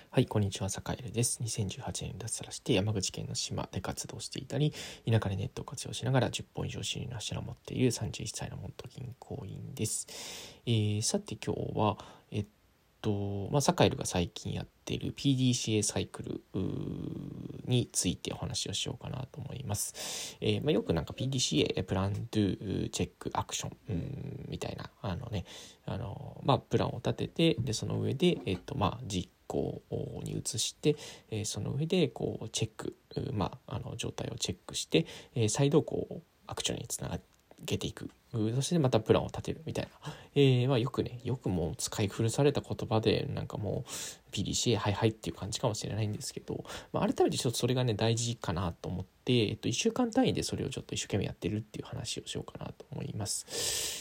はい、こんにちは、坂井です。2018年に脱サラして山口県の島で活動していたり、田舎でネットを活用しながら10本以上収入の柱を持っている31歳の元銀行員です。さて今日は、サカエルが最近やっている PDCA サイクルについてお話をしようかなと思います。よくなんか PDCA、プラン、ドゥ、チェック、アクションみたいな、プランを立てて、で、その上で、実行に移して、その上でこうチェック、状態をチェックして、再度こうアクションにつなげていく。そしてまたプランを立てるみたいな、よくもう使い古された言葉でなんかもう PDCA はいはいっていう感じかもしれないんですけど、改めてちょっとそれがね大事かなと思って、1週間単位でそれをちょっと一生懸命やってるっていう話をしようかなと思います。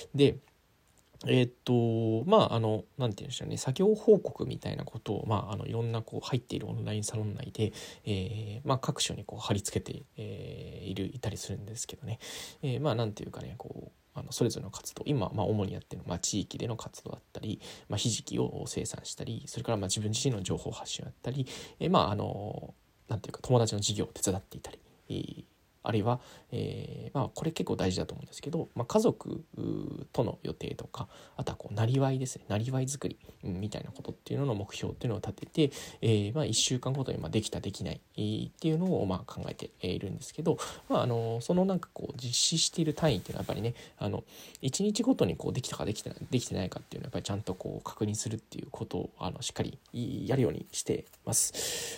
でなんて言うんでしょうね、作業報告みたいなことを、いろんなこう入っているオンラインサロン内で、各所にこう貼り付けて、いたりするんですけどね、なんていうかね、こうそれぞれの活動、今、主にやってるのは、地域での活動だったり、ひじきを生産したり、それから自分自身の情報発信だったり、なんていうか友達の事業を手伝っていたり、あるいは、これ結構大事だと思うんですけど、家族との予定とか、あとはこうなりわいですね、なりわい作り、みたいなことっていうのの目標っていうのを立てて、1週間ごとにできたできない、っていうのを考えているんですけど、そのなんかこう実施している単位っていうのはやっぱりね、1日ごとにこうできたかできてないかっていうのはやっぱりちゃんとこう確認するっていうことをしっかりやるようにしてます。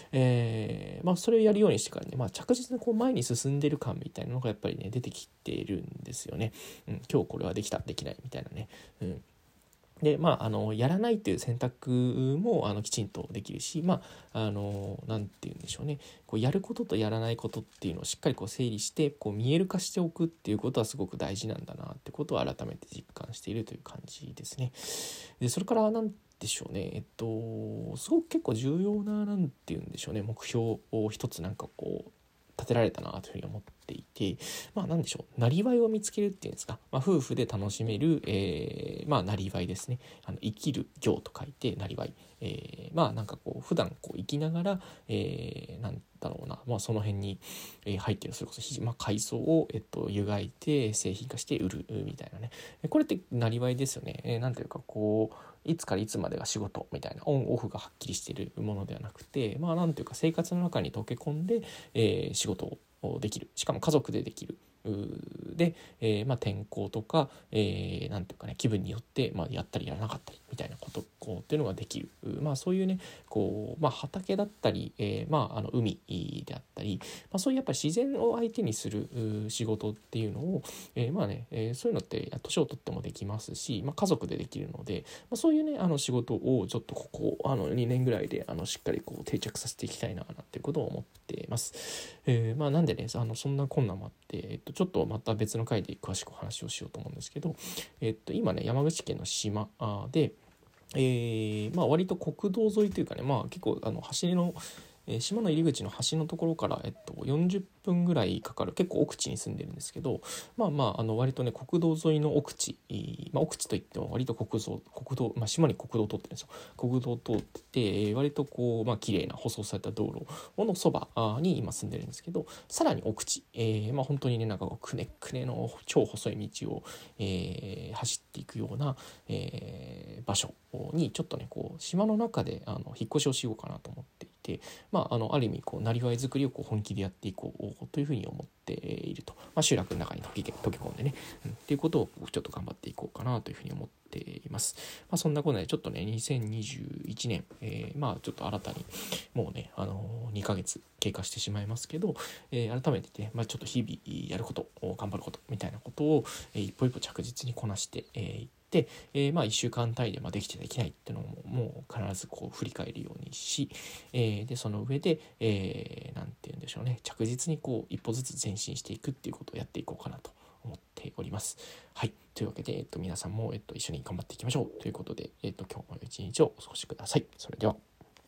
それをやるようにしてからね、着実にこう前に進んでる感みたいなのがやっぱりね出てきているんですよね。今日これはできたできないみたいなね。でやらないという選択もきちんとできるし、なんて言うんでしょうね、こうやることとやらないことっていうのをしっかりこう整理してこう見える化しておくっていうことはすごく大事なんだなってことを改めて実感しているという感じですね。でそれからなんでしょうね、すごく結構重要ななんて言うんでしょうね、目標を一つなんかこう立てられたなというふうに思っていて、なんでしょう、なりわいを見つけるっていうんですか、夫婦で楽しめる、なりわいですね。生きる業と書いてなりわい、なんかこう普段こう生きながら、なんだろうな、その辺に入っている、それこそ海藻を、湯がいて製品化して売るみたいなね、これってなりわいですよね。なんていうかこういつからいつまでが仕事みたいなオンオフがはっきりしているものではなくて、なんていうか生活の中に溶け込んで、仕事をできる、しかも家族でできる。で、天候とか、なんていうかね、気分によって、やったりやらなかったりみたいなことこうっていうのができる。そういうねこう、畑だったり、海であったり、そういうやっぱり自然を相手にする仕事っていうのを、そういうのって年を取ってもできますし、家族でできるので、そういうね仕事をちょっとここ2年ぐらいでしっかりこう定着させていきたいなっていうことを思っています。なんでねそんな困難もあって、ちょっとまた別の回で詳しくお話をしようと思うんですけど、今ね山口県の島で、割と国道沿いというかね、結構橋の島の入り口の橋のところから、40分ぐらいかかる結構奥地に住んでるんですけど、割とね国道沿いの奥地、奥地といっても割と国道、島に国道通ってるんですよ。国道通ってて、割とこう綺麗な舗装された道路のそばに今住んでるんですけど、さらに奥地、本当にねなんかくねくねの超細い道を、走っていくような、場所にちょっとねこう島の中で引っ越しをしようかなと思っていて、ある意味こうなりわい作りをこう本気でやっていこうというふうに思っていると、集落の中に溶け込んでね、っていうことをちょっと頑張っていこうかなというふうに思っています。そんなことでちょっとね2021年、ちょっと新たにもうね2ヶ月経過してしまいますけど、改めてね、ちょっと日々やること頑張ることみたいなことを、一歩一歩着実にこなしていって、1週間単位でできてできないっていうのももう必ずこう振り返るようにし、でその上で、なんて言うんでしょうね、着実にこう一歩ずつ前進していくっていうことをやっていこうかなと思っております。はい、というわけで、皆さんも、一緒に頑張っていきましょうということで、今日も一日をお過ごしください。それでは。